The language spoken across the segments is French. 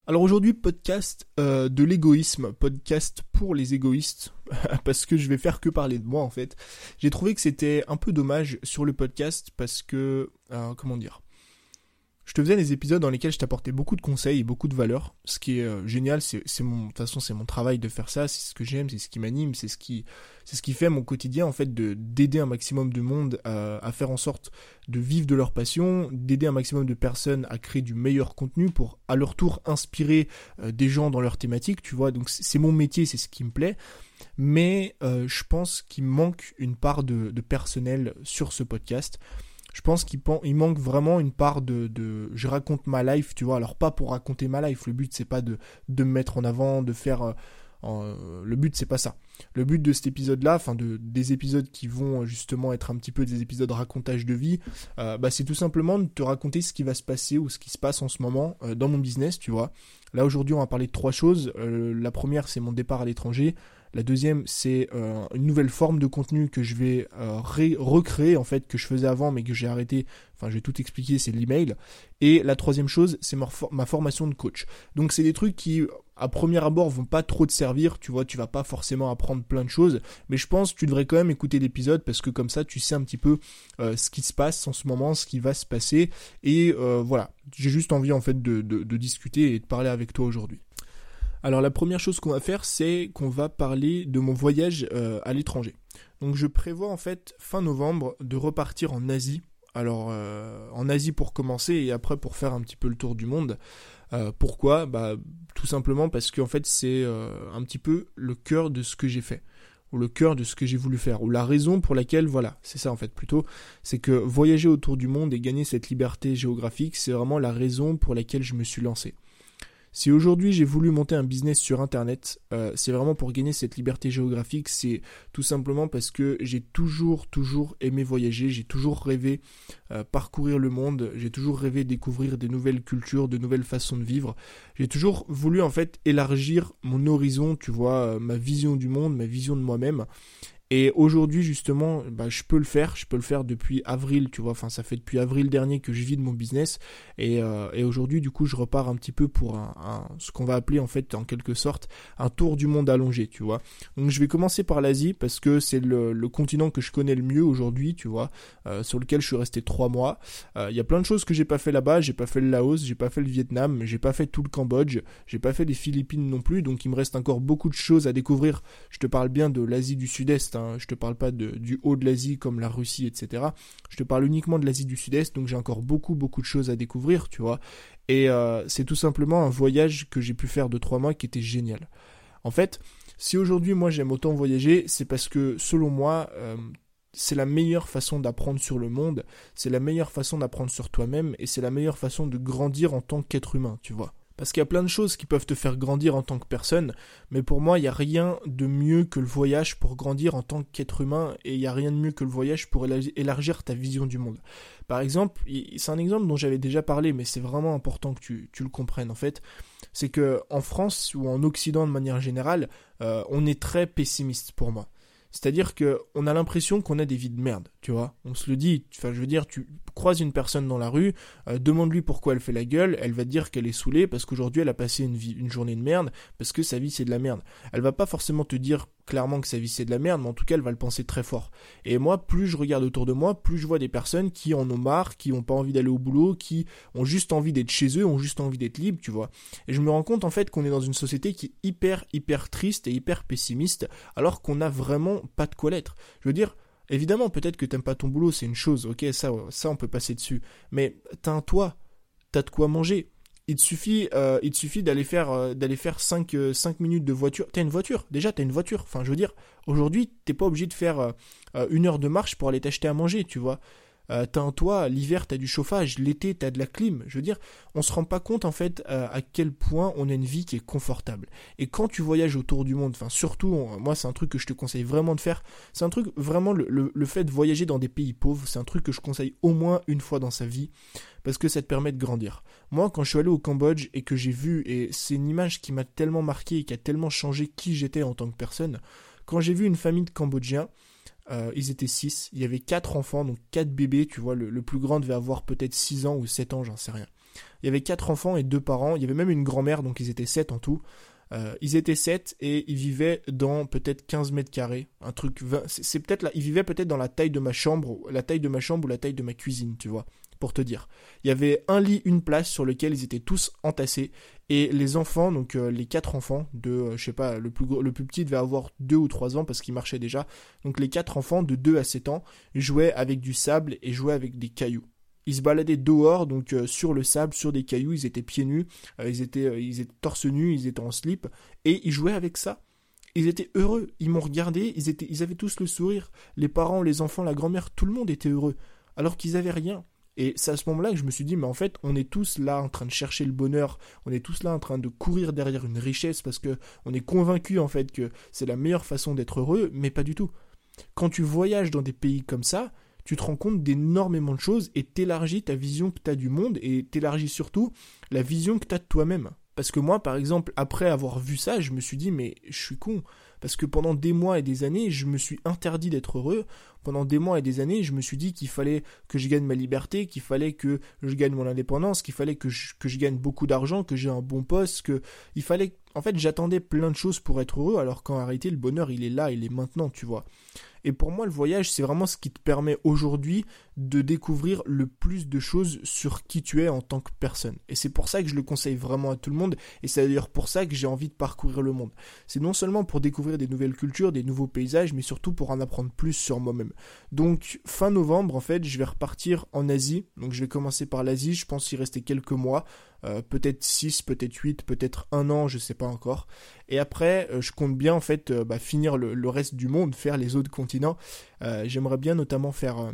Alors aujourd'hui, podcast de l'égoïsme, podcast pour les égoïstes, parce que je vais faire que parler de moi en fait. J'ai trouvé que c'était un peu dommage sur le podcast parce que, comment dire, je te faisais des épisodes dans lesquels je t'apportais beaucoup de conseils et beaucoup de valeurs. Ce qui est génial, de toute façon, c'est mon travail de faire ça, c'est ce que j'aime, c'est ce qui m'anime, c'est ce qui fait mon quotidien, en fait, d'aider un maximum de monde à faire en sorte de vivre de leur passion, d'aider un maximum de personnes à créer du meilleur contenu pour, à leur tour, inspirer des gens dans leur thématique, tu vois. Donc, c'est mon métier, c'est ce qui me plaît. Mais je pense qu'il manque une part de personnel sur ce podcast. Je pense qu'il manque vraiment une part de je raconte ma life, tu vois. Alors pas pour raconter ma life, le but c'est pas de me mettre en avant, de faire le but c'est pas ça. Le but de cet épisode-là, des épisodes qui vont justement être un petit peu des épisodes racontage de vie, c'est tout simplement de te raconter ce qui va se passer ou ce qui se passe en ce moment dans mon business, tu vois. Là aujourd'hui on va parler de 3 choses. La première c'est mon départ à l'étranger. La deuxième, c'est une nouvelle forme de contenu que je vais recréer, en fait, que je faisais avant, mais que j'ai arrêté. Enfin, je vais tout expliquer, c'est l'email. Et la troisième chose, c'est ma formation de coach. Donc, c'est des trucs qui, à premier abord, vont pas trop te servir. Tu vois, tu vas pas forcément apprendre plein de choses. Mais je pense que tu devrais quand même écouter l'épisode parce que comme ça, tu sais un petit peu ce qui se passe en ce moment, ce qui va se passer. Et voilà, j'ai juste envie, en fait, de discuter et de parler avec toi aujourd'hui. Alors la première chose qu'on va faire, c'est qu'on va parler de mon voyage à l'étranger. Donc je prévois en fait fin novembre de repartir en Asie. Alors en Asie pour commencer et après pour faire un petit peu le tour du monde. Pourquoi ? Tout simplement parce qu'en fait c'est un petit peu le cœur de ce que j'ai fait. Ou le cœur de ce que j'ai voulu faire. Ou la raison pour laquelle, voilà, c'est ça en fait plutôt. C'est que voyager autour du monde et gagner cette liberté géographique, c'est vraiment la raison pour laquelle je me suis lancé. Si aujourd'hui j'ai voulu monter un business sur internet, c'est vraiment pour gagner cette liberté géographique, c'est tout simplement parce que j'ai toujours aimé voyager, j'ai toujours rêvé parcourir le monde, j'ai toujours rêvé découvrir des nouvelles cultures, de nouvelles façons de vivre. J'ai toujours voulu en fait élargir mon horizon, tu vois, ma vision du monde, ma vision de moi-même. Et aujourd'hui justement, je peux le faire depuis avril, tu vois, enfin ça fait depuis avril dernier que je vis de mon business et aujourd'hui du coup je repars un petit peu pour ce qu'on va appeler en fait en quelque sorte un tour du monde allongé, tu vois. Donc je vais commencer par l'Asie parce que c'est le continent que je connais le mieux aujourd'hui, tu vois, sur lequel je suis resté 3 mois. Il y a plein de choses que j'ai pas fait là-bas, j'ai pas fait le Laos, j'ai pas fait le Vietnam, j'ai pas fait tout le Cambodge, j'ai pas fait les Philippines non plus, donc il me reste encore beaucoup de choses à découvrir. Je te parle bien de l'Asie du Sud-Est. Je te parle pas du haut de l'Asie comme la Russie, etc. Je te parle uniquement de l'Asie du Sud-Est, donc j'ai encore beaucoup de choses à découvrir, tu vois. Et c'est tout simplement un voyage que j'ai pu faire de 3 mois qui était génial. En fait, si aujourd'hui moi j'aime autant voyager, c'est parce que selon moi, c'est la meilleure façon d'apprendre sur le monde, c'est la meilleure façon d'apprendre sur toi-même, et c'est la meilleure façon de grandir en tant qu'être humain, tu vois. Parce qu'il y a plein de choses qui peuvent te faire grandir en tant que personne, mais pour moi, il n'y a rien de mieux que le voyage pour grandir en tant qu'être humain, et il n'y a rien de mieux que le voyage pour élargir ta vision du monde. Par exemple, c'est un exemple dont j'avais déjà parlé, mais c'est vraiment important que tu le comprennes en fait, c'est que en France ou en Occident de manière générale, on est très pessimiste pour moi. C'est-à-dire qu'on a l'impression qu'on a des vies de merde, tu vois. On se le dit, enfin je veux dire, tu croises une personne dans la rue, demande-lui pourquoi elle fait la gueule, elle va te dire qu'elle est saoulée parce qu'aujourd'hui elle a passé une journée de merde, parce que sa vie c'est de la merde. Elle va pas forcément te dire clairement que sa vie c'est de la merde, mais en tout cas elle va le penser très fort. Et moi, plus je regarde autour de moi, plus je vois des personnes qui en ont marre, qui ont pas envie d'aller au boulot, qui ont juste envie d'être chez eux, ont juste envie d'être libres, tu vois. Et je me rends compte en fait qu'on est dans une société qui est hyper triste et hyper pessimiste, alors qu'on a vraiment pas de quoi l'être. Je veux dire, évidemment, peut-être que t'aimes pas ton boulot, c'est une chose, ok, ça on peut passer dessus. Mais t'as un toit, t'as de quoi manger. Il te suffit d'aller faire 5 minutes de voiture. T'as une voiture, déjà t'as une voiture. Enfin, je veux dire, aujourd'hui, t'es pas obligé de faire 1 heure de marche pour aller t'acheter à manger, tu vois. T'as un toit, l'hiver t'as du chauffage, l'été t'as de la clim. Je veux dire, on se rend pas compte en fait à quel point on a une vie qui est confortable. Et quand tu voyages autour du monde, enfin surtout, moi c'est un truc que je te conseille vraiment de faire. C'est un truc vraiment le fait de voyager dans des pays pauvres, c'est un truc que je conseille au moins une fois dans sa vie parce que ça te permet de grandir. Moi, quand je suis allé au Cambodge et que j'ai vu, et c'est une image qui m'a tellement marqué et qui a tellement changé qui j'étais en tant que personne, quand j'ai vu une famille de Cambodgiens. Ils étaient 6, il y avait 4 enfants, donc 4 bébés, tu vois, le plus grand devait avoir peut-être 6 ans ou 7 ans, j'en sais rien. Il y avait 4 enfants et 2 parents. Il y avait même une grand-mère, donc ils étaient 7 en tout. Ils étaient 7 et ils vivaient dans peut-être 15 mètres carrés. Un truc, c'est peut-être là, ils vivaient peut-être dans la taille de ma chambre ou la taille de ma cuisine, tu vois, pour te dire. Il y avait un lit, une place sur lequel ils étaient tous entassés. Et les enfants, donc les 4 enfants, je sais pas, le plus petit devait avoir 2 ou 3 ans parce qu'il marchait déjà. Donc les 4 enfants de 2 à 7 ans jouaient avec du sable et jouaient avec des cailloux. Ils se baladaient dehors, donc sur le sable, sur des cailloux, ils étaient pieds nus, ils étaient torse nus, ils étaient en slip, et ils jouaient avec ça. Ils étaient heureux, ils m'ont regardé, ils avaient tous le sourire. Les parents, les enfants, la grand-mère, tout le monde était heureux, alors qu'ils avaient rien. Et c'est à ce moment-là que je me suis dit, mais en fait, on est tous là en train de chercher le bonheur, on est tous là en train de courir derrière une richesse, parce que on est convaincus en fait que c'est la meilleure façon d'être heureux, mais pas du tout. Quand tu voyages dans des pays comme ça, tu te rends compte d'énormément de choses et t'élargis ta vision que tu as du monde et t'élargis surtout la vision que tu as de toi-même. Parce que moi, par exemple, après avoir vu ça, je me suis dit, mais je suis con. Parce que pendant des mois et des années, je me suis interdit d'être heureux. Pendant des mois et des années, je me suis dit qu'il fallait que je gagne ma liberté, qu'il fallait que je gagne mon indépendance, qu'il fallait que je gagne beaucoup d'argent, que j'ai un bon poste, il fallait... En fait, j'attendais plein de choses pour être heureux, alors qu'en réalité, le bonheur, il est là, il est maintenant, tu vois. Et pour moi, le voyage, c'est vraiment ce qui te permet aujourd'hui de découvrir le plus de choses sur qui tu es en tant que personne. Et c'est pour ça que je le conseille vraiment à tout le monde, et c'est d'ailleurs pour ça que j'ai envie de parcourir le monde. C'est non seulement pour découvrir des nouvelles cultures, des nouveaux paysages, mais surtout pour en apprendre plus sur moi-même. Donc, fin novembre, en fait, je vais repartir en Asie. Donc, je vais commencer par l'Asie, je pense y rester quelques mois. Peut-être 6, peut-être 8, peut-être 1 an, je sais pas encore. Et après, je compte bien en fait finir le reste du monde, faire les autres continents. J'aimerais bien notamment faire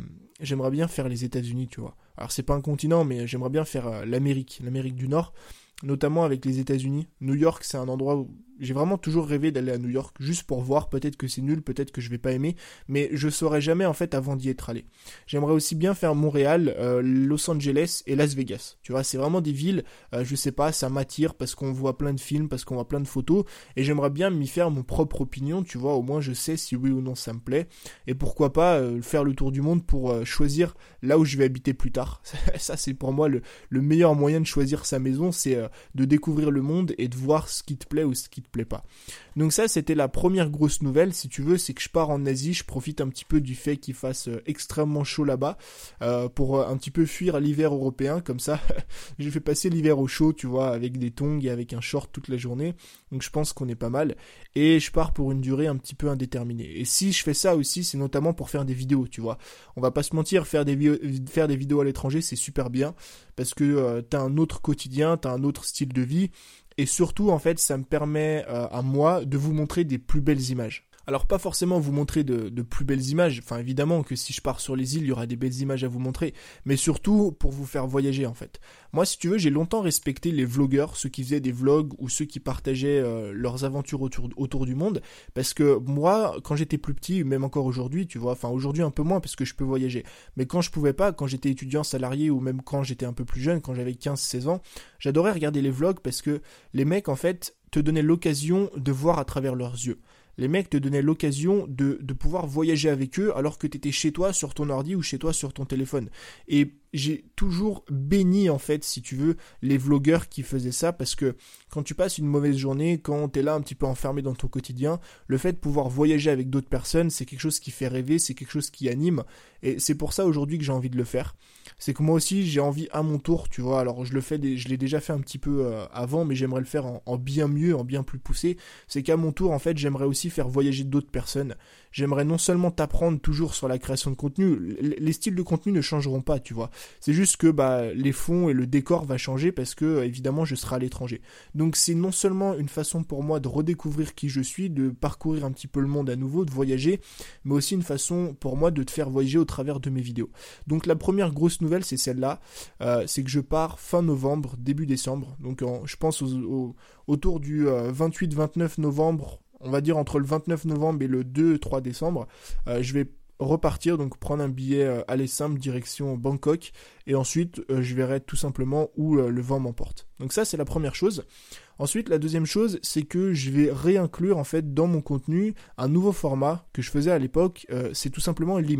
les États-Unis, tu vois. Alors c'est pas un continent, mais j'aimerais bien faire l'Amérique du Nord, notamment avec les États-Unis. New York, c'est un endroit où j'ai vraiment toujours rêvé d'aller à New York, juste pour voir, peut-être que c'est nul, peut-être que je vais pas aimer, mais je saurais jamais en fait avant d'y être allé. J'aimerais aussi bien faire Montréal, Los Angeles et Las Vegas. Tu vois, c'est vraiment des villes, je sais pas, ça m'attire parce qu'on voit plein de films, parce qu'on voit plein de photos, et j'aimerais bien m'y faire mon propre opinion, tu vois, au moins je sais si oui ou non ça me plaît, et pourquoi pas faire le tour du monde pour choisir là où je vais habiter plus tard. Ça c'est pour moi le meilleur moyen de choisir sa maison, c'est de découvrir le monde et de voir ce qui te plaît ou ce qui te plaît pas. Donc ça c'était la première grosse nouvelle, si tu veux, c'est que je pars en Asie, je profite un petit peu du fait qu'il fasse extrêmement chaud là-bas pour un petit peu fuir l'hiver européen, comme ça je fais passer l'hiver au chaud, tu vois, avec des tongs et avec un short toute la journée, donc je pense qu'on est pas mal, et je pars pour une durée un petit peu indéterminée. Et si je fais ça aussi, c'est notamment pour faire des vidéos, tu vois, on va pas se mentir, faire des vidéos à l'étranger c'est super bien, parce que t'as un autre quotidien, t'as un autre style de vie, et surtout en fait ça me permet à moi de vous montrer des plus belles images. Alors pas forcément vous montrer de plus belles images, enfin évidemment que si je pars sur les îles, il y aura des belles images à vous montrer, mais surtout pour vous faire voyager en fait. Moi si tu veux, j'ai longtemps respecté les vlogueurs, ceux qui faisaient des vlogs ou ceux qui partageaient leurs aventures autour du monde, parce que moi quand j'étais plus petit, même encore aujourd'hui, tu vois, enfin aujourd'hui un peu moins parce que je peux voyager, mais quand je pouvais pas, quand j'étais étudiant salarié ou même quand j'étais un peu plus jeune, quand j'avais 15-16 ans, j'adorais regarder les vlogs parce que les mecs en fait te donnaient l'occasion de voir à travers leurs yeux. Les mecs te donnaient l'occasion de pouvoir voyager avec eux alors que tu étais chez toi sur ton ordi ou chez toi sur ton téléphone. Et j'ai toujours béni en fait, si tu veux, les vlogueurs qui faisaient ça, parce que quand tu passes une mauvaise journée, quand t'es là un petit peu enfermé dans ton quotidien, le fait de pouvoir voyager avec d'autres personnes, c'est quelque chose qui fait rêver, c'est quelque chose qui anime, et c'est pour ça aujourd'hui que j'ai envie de le faire. C'est que moi aussi j'ai envie à mon tour, tu vois, alors je l'ai déjà fait un petit peu avant, mais j'aimerais le faire en bien mieux, en bien plus poussé. C'est qu'à mon tour en fait j'aimerais aussi faire voyager d'autres personnes. J'aimerais non seulement t'apprendre toujours sur la création de contenu, les styles de contenu ne changeront pas, tu vois. C'est juste que les fonds et le décor va changer parce que évidemment je serai à l'étranger. Donc c'est non seulement une façon pour moi de redécouvrir qui je suis, de parcourir un petit peu le monde à nouveau, de voyager, mais aussi une façon pour moi de te faire voyager au travers de mes vidéos. Donc la première grosse nouvelle c'est celle-là, c'est que je pars fin novembre, début décembre. Donc je pense autour du 28-29 novembre, on va dire entre le 29 novembre et le 2-3 décembre, je vais repartir, donc prendre un billet aller simple direction Bangkok, et ensuite je verrai tout simplement où le vent m'emporte. Donc ça c'est la première chose. Ensuite la deuxième chose c'est que je vais réinclure en fait dans mon contenu un nouveau format que je faisais à l'époque, c'est tout simplement l'email.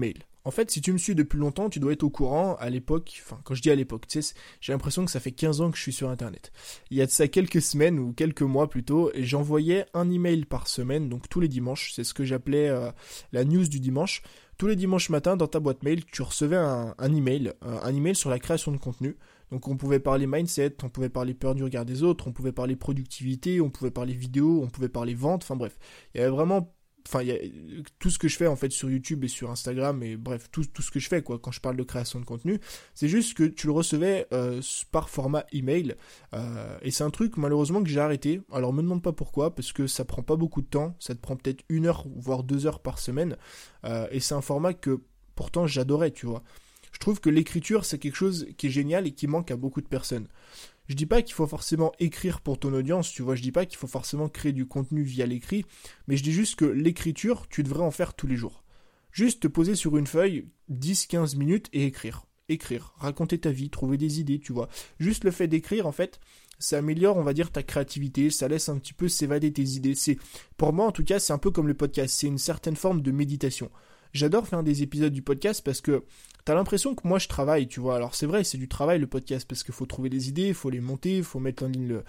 En fait, si tu me suis depuis longtemps, tu dois être au courant, à l'époque, enfin, quand je dis à l'époque, tu sais, j'ai l'impression que ça fait 15 ans que je suis sur Internet. Il y a de ça quelques semaines, ou quelques mois plutôt, et j'envoyais un email par semaine, donc tous les dimanches, c'est ce que j'appelais la news du dimanche. Tous les dimanches matin, dans ta boîte mail, tu recevais un email sur la création de contenu. Donc on pouvait parler mindset, on pouvait parler peur du regard des autres, on pouvait parler productivité, on pouvait parler vidéo, on pouvait parler vente, enfin bref. Il y avait vraiment... Enfin, il y a tout ce que je fais en fait sur YouTube et sur Instagram, et bref, tout ce que je fais quoi, quand je parle de création de contenu, c'est juste que tu le recevais par format email, et c'est un truc malheureusement que j'ai arrêté. Alors me demande pas pourquoi, parce que ça prend pas beaucoup de temps, ça te prend peut-être 1 heure, voire 2 heures par semaine, et c'est un format que pourtant j'adorais, tu vois. Je trouve que l'écriture c'est quelque chose qui est génial et qui manque à beaucoup de personnes. Je dis pas qu'il faut forcément écrire pour ton audience, tu vois, je dis pas qu'il faut forcément créer du contenu via l'écrit, mais je dis juste que l'écriture, tu devrais en faire tous les jours. Juste te poser sur une feuille 10-15 minutes et écrire. Écrire, raconter ta vie, trouver des idées, tu vois. Juste le fait d'écrire, en fait, ça améliore, on va dire, ta créativité, ça laisse un petit peu s'évader tes idées. Pour moi, en tout cas, c'est un peu comme le podcast, c'est une certaine forme de méditation. J'adore faire des épisodes du podcast parce que t'as l'impression que moi je travaille, tu vois. Alors c'est vrai, c'est du travail le podcast parce qu'il faut trouver des idées, il faut les monter, il faut mettre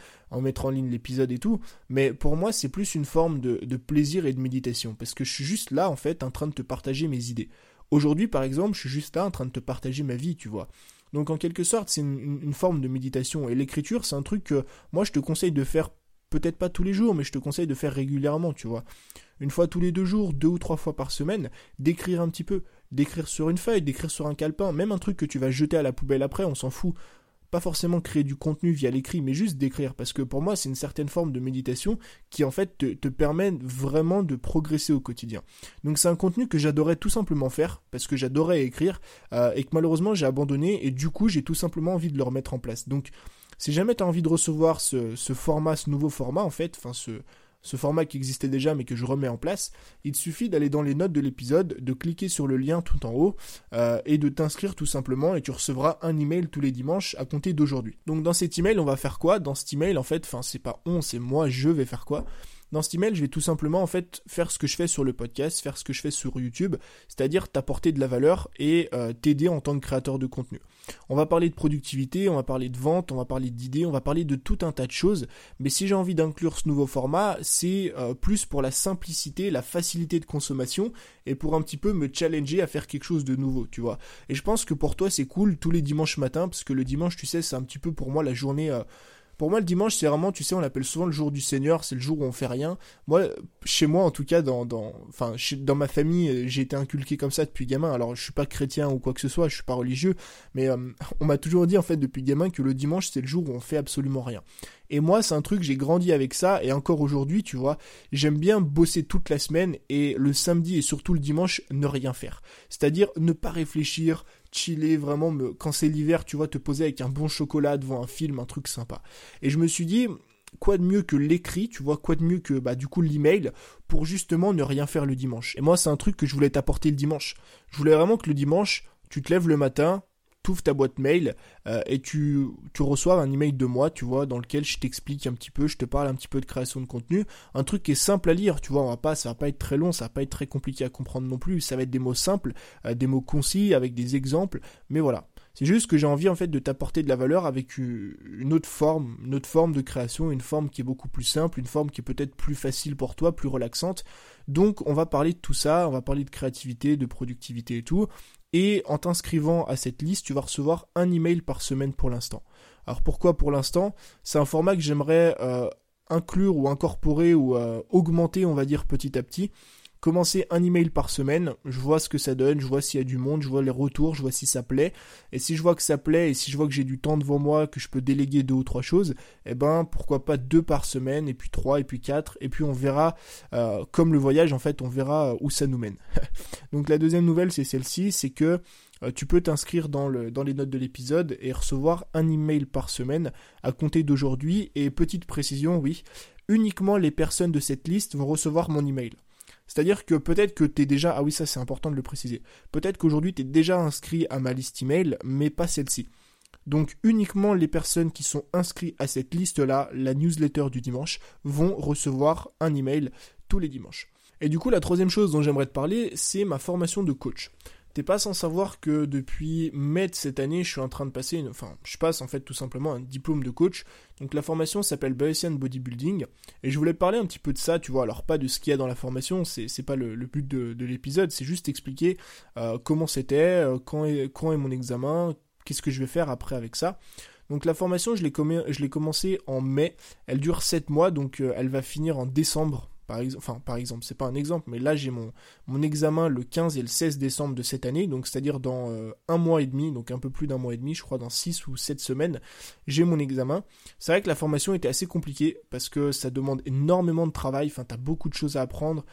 en ligne l'épisode et tout. Mais pour moi, c'est plus une forme de plaisir et de méditation parce que je suis juste là en fait en train de te partager mes idées. Aujourd'hui par exemple, je suis juste là en train de te partager ma vie, tu vois. Donc en quelque sorte, c'est une forme de méditation. Et l'écriture, c'est un truc que moi je te conseille de faire, peut-être pas tous les jours, mais je te conseille de faire régulièrement, tu vois. Une fois tous les 2 jours, 2 ou 3 fois par semaine, d'écrire un petit peu, d'écrire sur une feuille, d'écrire sur un calepin, même un truc que tu vas jeter à la poubelle après, on s'en fout. Pas forcément créer du contenu via l'écrit, mais juste d'écrire, parce que pour moi c'est une certaine forme de méditation qui en fait te permet vraiment de progresser au quotidien. Donc c'est un contenu que j'adorais tout simplement faire, parce que j'adorais écrire, et que malheureusement j'ai abandonné, et du coup j'ai tout simplement envie de le remettre en place. Donc si jamais tu as envie de recevoir ce nouveau format en fait, enfin ce format qui existait déjà mais que je remets en place, il te suffit d'aller dans les notes de l'épisode, de cliquer sur le lien tout en haut et de t'inscrire tout simplement et tu recevras un email tous les dimanches à compter d'aujourd'hui. Donc dans cet email, on va faire quoi ? Dans cet email, en fait, c'est pas c'est moi, je vais faire quoi ? Dans cet email, je vais tout simplement en fait faire ce que je fais sur le podcast, faire ce que je fais sur YouTube, c'est-à-dire t'apporter de la valeur et t'aider en tant que créateur de contenu. On va parler de productivité, on va parler de vente, on va parler d'idées, on va parler de tout un tas de choses, mais si j'ai envie d'inclure ce nouveau format, c'est plus pour la simplicité, la facilité de consommation et pour un petit peu me challenger à faire quelque chose de nouveau, tu vois. Et je pense que pour toi c'est cool tous les dimanches matins, parce que le dimanche, tu sais, c'est un petit peu pour moi la journée... Pour moi, le dimanche, c'est vraiment, tu sais, on l'appelle souvent le jour du Seigneur, c'est le jour où on fait rien. Moi, chez moi, en tout cas, dans ma famille, j'ai été inculqué comme ça depuis gamin. Alors, je suis pas chrétien ou quoi que ce soit, je suis pas religieux, mais on m'a toujours dit, en fait, depuis gamin, que le dimanche, c'est le jour où on fait absolument rien. Et moi, c'est un truc, j'ai grandi avec ça, et encore aujourd'hui, tu vois, j'aime bien bosser toute la semaine, et le samedi et surtout le dimanche, ne rien faire. C'est-à-dire, ne pas réfléchir, chiller, vraiment, quand c'est l'hiver, tu vois, te poser avec un bon chocolat devant un film, un truc sympa. Et je me suis dit, quoi de mieux que l'écrit, tu vois, quoi de mieux que, du coup, l'email, pour justement ne rien faire le dimanche. Et moi, c'est un truc que je voulais t'apporter le dimanche. Je voulais vraiment que le dimanche, tu te lèves le matin, t'ouvres ta boîte mail et tu reçois un email de moi, tu vois, dans lequel je t'explique un petit peu, je te parle un petit peu de création de contenu, un truc qui est simple à lire, tu vois, ça va pas être très long, ça va pas être très compliqué à comprendre non plus, ça va être des mots simples, des mots concis, avec des exemples, mais voilà. C'est juste que j'ai envie en fait de t'apporter de la valeur avec une autre forme de création, une forme qui est beaucoup plus simple, une forme qui est peut-être plus facile pour toi, plus relaxante. Donc on va parler de tout ça, on va parler de créativité, de productivité et tout. Et en t'inscrivant à cette liste, tu vas recevoir un email par semaine pour l'instant. Alors pourquoi pour l'instant ? C'est un format que j'aimerais inclure ou incorporer ou augmenter, on va dire, petit à petit. Commencer un email par semaine, je vois ce que ça donne, je vois s'il y a du monde, je vois les retours, je vois si ça plaît. Et si je vois que ça plaît et si je vois que j'ai du temps devant moi, que je peux déléguer 2 ou 3 choses, pourquoi pas 2 par semaine, et puis 3, et puis 4, et puis on verra, comme le voyage en fait, on verra où ça nous mène. Donc la deuxième nouvelle c'est celle-ci, c'est que tu peux t'inscrire dans les notes de l'épisode et recevoir un email par semaine à compter d'aujourd'hui. Et petite précision, oui, uniquement les personnes de cette liste vont recevoir mon email. C'est-à-dire que peut-être que t'es déjà... Ah oui, ça c'est important de le préciser. Peut-être qu'aujourd'hui t'es déjà inscrit à ma liste email, mais pas celle-ci. Donc uniquement les personnes qui sont inscrites à cette liste-là, la newsletter du dimanche, vont recevoir un email tous les dimanches. Et du coup, la troisième chose dont j'aimerais te parler, c'est ma formation de coach. T'es pas sans savoir que depuis mai de cette année, je suis en train de passer, je passe en fait tout simplement un diplôme de coach. Donc la formation s'appelle Bayesian Bodybuilding, et je voulais parler un petit peu de ça, tu vois. Alors pas de ce qu'il y a dans la formation, c'est pas le but de l'épisode, c'est juste expliquer comment c'était, quand est mon examen, qu'est-ce que je vais faire après avec ça. Donc la formation, je l'ai commencé en mai, elle dure 7 mois, donc elle va finir en décembre. Par exemple, c'est pas un exemple, mais là j'ai mon examen le 15 et le 16 décembre de cette année, donc c'est-à-dire dans un mois et demi, donc un peu plus d'un mois et demi, je crois dans 6 ou 7 semaines, j'ai mon examen. C'est vrai que la formation était assez compliquée, parce que ça demande énormément de travail, t'as beaucoup de choses à apprendre.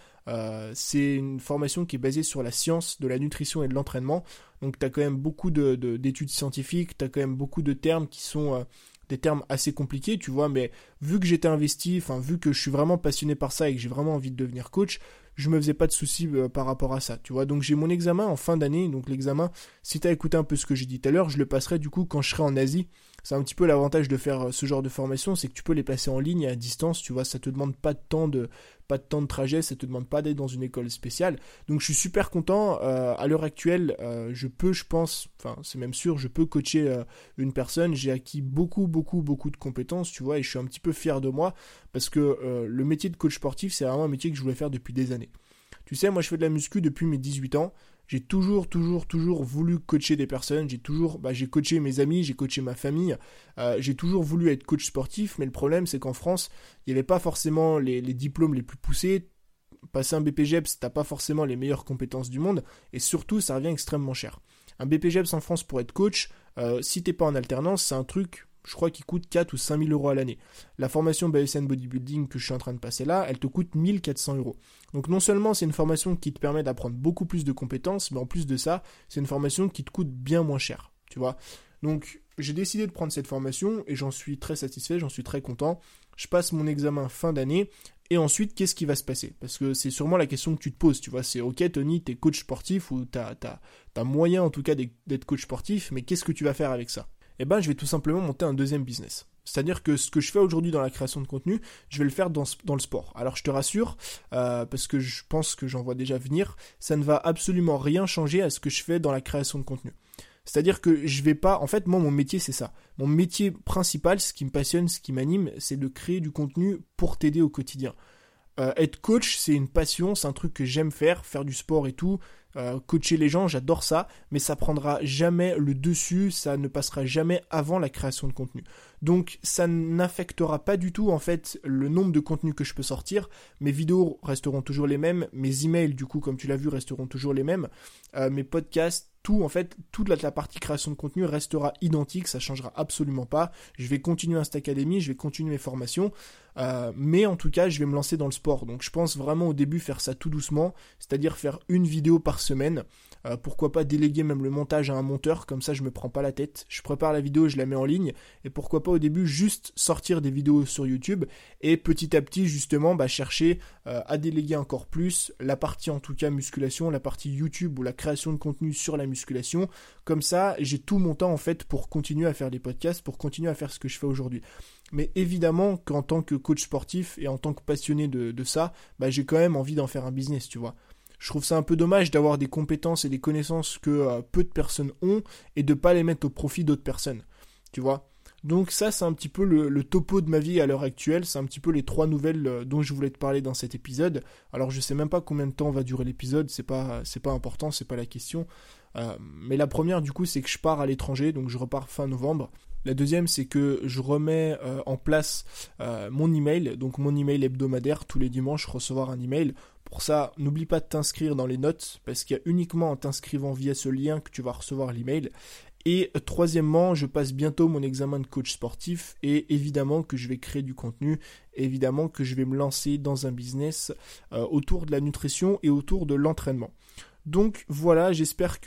C'est une formation qui est basée sur la science de la nutrition et de l'entraînement, donc t'as quand même beaucoup d'études scientifiques, t'as quand même beaucoup de termes qui sont... des termes assez compliqués, tu vois, mais vu que j'étais investi, vu que je suis vraiment passionné par ça et que j'ai vraiment envie de devenir coach, je me faisais pas de soucis par rapport à ça, tu vois. Donc j'ai mon examen en fin d'année, donc l'examen, si t'as écouté un peu ce que j'ai dit tout à l'heure, je le passerai du coup quand je serai en Asie. C'est un petit peu l'avantage de faire ce genre de formation, c'est que tu peux les passer en ligne et à distance, tu vois, ça te demande pas de temps de trajet, ça te demande pas d'être dans une école spéciale. Donc je suis super content, à l'heure actuelle, je pense, c'est même sûr, je peux coacher une personne, j'ai acquis beaucoup de compétences, tu vois, et je suis un petit peu fier de moi, parce que le métier de coach sportif, c'est vraiment un métier que je voulais faire depuis des années. Tu sais, moi je fais de la muscu depuis mes 18 ans, j'ai toujours voulu coacher des personnes, j'ai coaché mes amis, j'ai coaché ma famille, j'ai toujours voulu être coach sportif, mais le problème c'est qu'en France, il n'y avait pas forcément les diplômes les plus poussés. Passer un BPGEPS, t'as pas forcément les meilleures compétences du monde, et surtout ça revient extrêmement cher. Un BPGEPS en France pour être coach, si t'es pas en alternance, c'est un truc... je crois qu'il coûte 4 ou 5 000 euros à l'année. La formation Bayesian Bodybuilding que je suis en train de passer là, elle te coûte 1 400 euros. Donc non seulement c'est une formation qui te permet d'apprendre beaucoup plus de compétences, mais en plus de ça, c'est une formation qui te coûte bien moins cher, tu vois. Donc j'ai décidé de prendre cette formation et j'en suis très satisfait, j'en suis très content. Je passe mon examen fin d'année et ensuite qu'est-ce qui va se passer? Parce que c'est sûrement la question que tu te poses, tu vois. C'est ok Tony, t'es coach sportif ou t'as moyen en tout cas d'être coach sportif, mais qu'est-ce que tu vas faire avec ça? Eh ben, je vais tout simplement monter un deuxième business. C'est-à-dire que ce que je fais aujourd'hui dans la création de contenu, je vais le faire dans le sport. Alors je te rassure, parce que je pense que j'en vois déjà venir, ça ne va absolument rien changer à ce que je fais dans la création de contenu. C'est-à-dire que je vais pas... En fait, moi, mon métier, c'est ça. Mon métier principal, ce qui me passionne, ce qui m'anime, c'est de créer du contenu pour t'aider au quotidien. Être coach, c'est une passion, c'est un truc que j'aime faire du sport et tout. Coacher les gens, j'adore ça, mais ça prendra jamais le dessus, ça ne passera jamais avant la création de contenu. Donc ça n'affectera pas du tout en fait le nombre de contenus que je peux sortir. Mes vidéos resteront toujours les mêmes, mes emails du coup comme tu l'as vu resteront toujours les mêmes, mes podcasts, tout en fait, toute la partie création de contenu restera identique, ça changera absolument pas. Je vais continuer Insta Academy, je vais continuer mes formations, mais en tout cas je vais me lancer dans le sport. Donc je pense vraiment au début faire ça tout doucement, c'est-à-dire faire une vidéo par semaine. Pourquoi pas déléguer même le montage à un monteur, comme ça je me prends pas la tête, je prépare la vidéo, je la mets en ligne, et pourquoi pas au début juste sortir des vidéos sur YouTube, et petit à petit justement chercher à déléguer encore plus la partie en tout cas musculation, la partie YouTube ou la création de contenu sur la musculation, comme ça j'ai tout mon temps en fait pour continuer à faire des podcasts, pour continuer à faire ce que je fais aujourd'hui. Mais évidemment qu'en tant que coach sportif et en tant que passionné de ça, j'ai quand même envie d'en faire un business, tu vois. Je trouve ça un peu dommage d'avoir des compétences et des connaissances que peu de personnes ont et de pas les mettre au profit d'autres personnes, tu vois. Donc ça, c'est un petit peu le topo de ma vie à l'heure actuelle, c'est un petit peu les 3 nouvelles dont je voulais te parler dans cet épisode. Alors je sais même pas combien de temps va durer l'épisode, c'est pas important, c'est pas la question. Mais la première du coup, c'est que je pars à l'étranger, donc je repars fin novembre. La deuxième, c'est que je remets en place mon email, donc mon email hebdomadaire, tous les dimanches recevoir un email. Pour ça, n'oublie pas de t'inscrire dans les notes, parce qu'il y a uniquement en t'inscrivant via ce lien que tu vas recevoir l'email. Et troisièmement, je passe bientôt mon examen de coach sportif, et évidemment que je vais créer du contenu, évidemment que je vais me lancer dans un business autour de la nutrition et autour de l'entraînement. Donc voilà, j'espère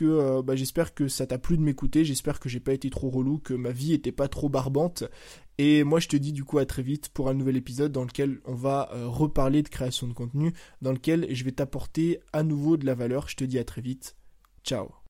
que ça t'a plu de m'écouter, j'espère que j'ai pas été trop relou, que ma vie était pas trop barbante. Et moi je te dis du coup à très vite pour un nouvel épisode dans lequel on va reparler de création de contenu, dans lequel je vais t'apporter à nouveau de la valeur. Je te dis à très vite, ciao.